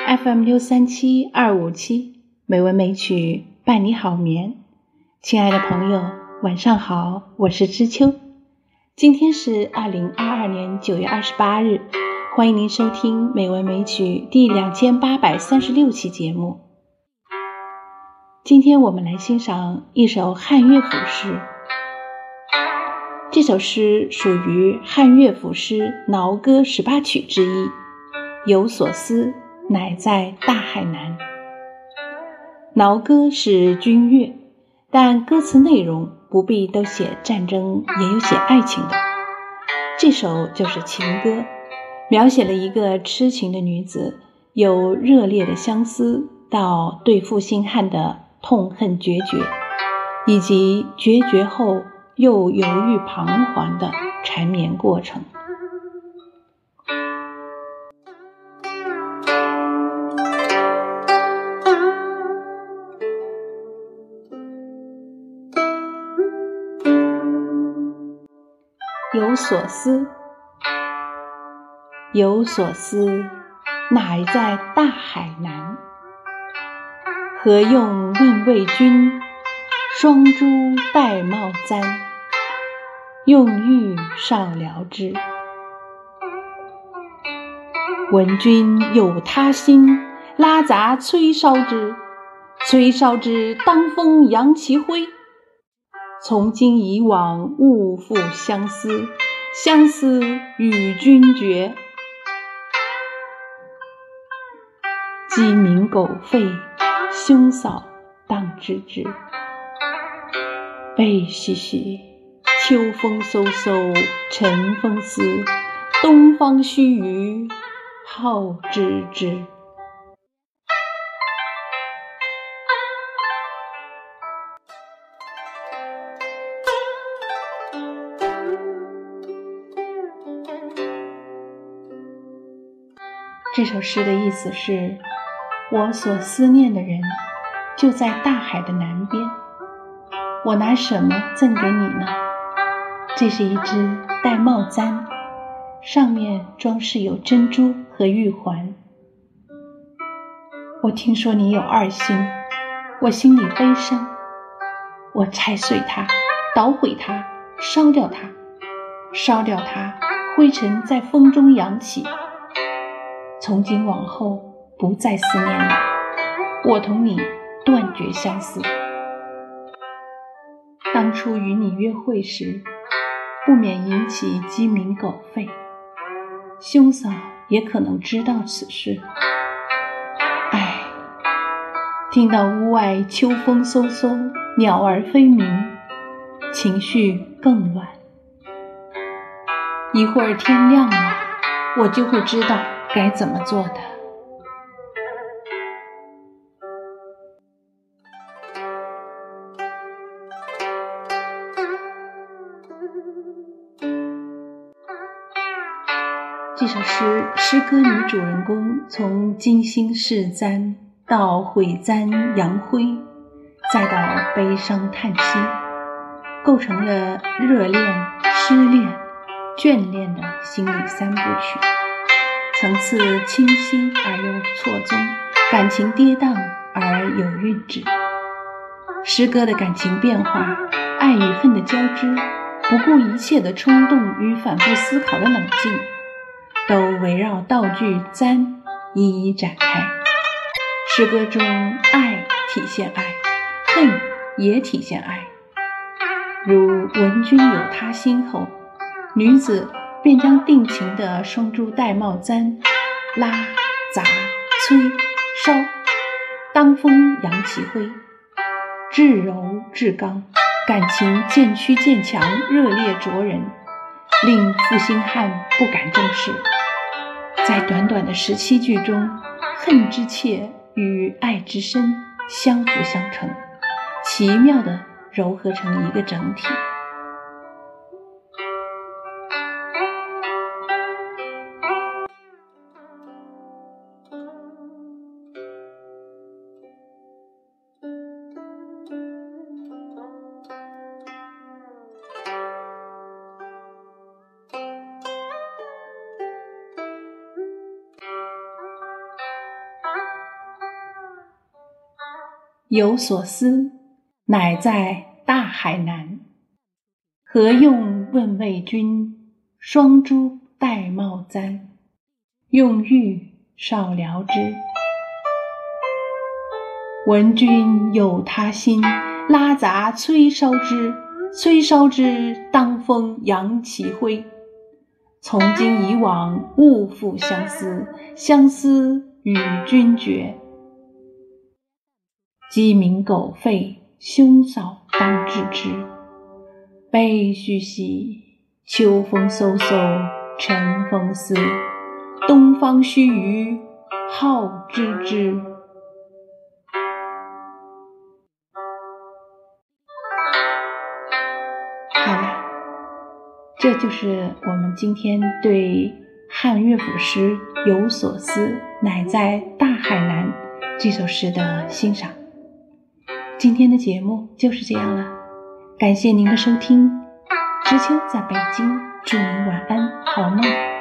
FM637-257美文美曲伴你好眠。亲爱的朋友，晚上好，我是知秋。今天是2022年9月28日，欢迎您收听美文美曲第2836期节目。今天我们来欣赏一首汉乐府诗。这首诗属于汉乐府诗挠歌18曲之一，有所思，乃在大海南。挠歌是军乐，但歌词内容不必都写战争，也有写爱情的。这首就是情歌，描写了一个痴情的女子，由热烈的相思到对负心汉的痛恨决绝，以及决绝后又犹豫彷徨的缠绵过程。有所思，有所思，乃在大海南。何用问魏君，双珠玳瑁簪。用玉少聊之。闻君有他心，拉杂吹烧之。吹烧之，当风扬其辉。从今以往，勿复相思，相思与君绝。鸡鸣狗吠，兄嫂当知之。悲兮兮，秋风飕飕，晨风思，东方须臾，好知之。这首诗的意思是，我所思念的人就在大海的南边，我拿什么赠给你呢？这是一只玳瑁簪，上面装饰有珍珠和玉环。我听说你有二心，我心里悲伤，我拆碎它，捣毁它，烧掉它，烧掉它，灰尘在风中扬起。从今往后不再思念你，我同你断绝相思。当初与你约会时，不免引起鸡鸣狗吠，兄嫂也可能知道此事。唉，听到屋外秋风嗖嗖，鸟儿飞鸣，情绪更乱。一会儿天亮了，我就会知道该怎么做的。这首诗，诗歌女主人公从精心试簪到毁簪扬灰，再到悲伤叹息，构成了热恋、失恋、眷恋的心理三部曲，层次清晰而又错综，感情跌宕而有韵致。诗歌的感情变化，爱与恨的交织，不顾一切的冲动与反复思考的冷静，都围绕道具簪一一展开。诗歌中，爱体现爱，恨也体现爱。如闻君有他心后，女子便将定情的双珠玳瑁簪拉、砸、催、烧，当风扬其灰，至柔至刚，感情渐趋渐强，热烈灼人，令负心汉不敢正视。在短短的17句中，恨之切与爱之深相辅相成，奇妙地糅合成一个整体。 有所思，乃在大海南。何用问谓君，双珠玳瑁簪。用玉少聊之。闻君有他心，拉杂催烧之。催烧之，当风扬其辉。从今以往，勿复相思，相思与君绝。鸡鸣狗吠，兄嫂当治之。悲须息，秋风飕飕，晨风思。东方须臾，好知之。好了，这就是我们今天对汉乐府诗《有所思，乃在大海南》这首诗的欣赏。今天的节目就是这样了，感谢您的收听。知秋在北京，祝您晚安，好梦。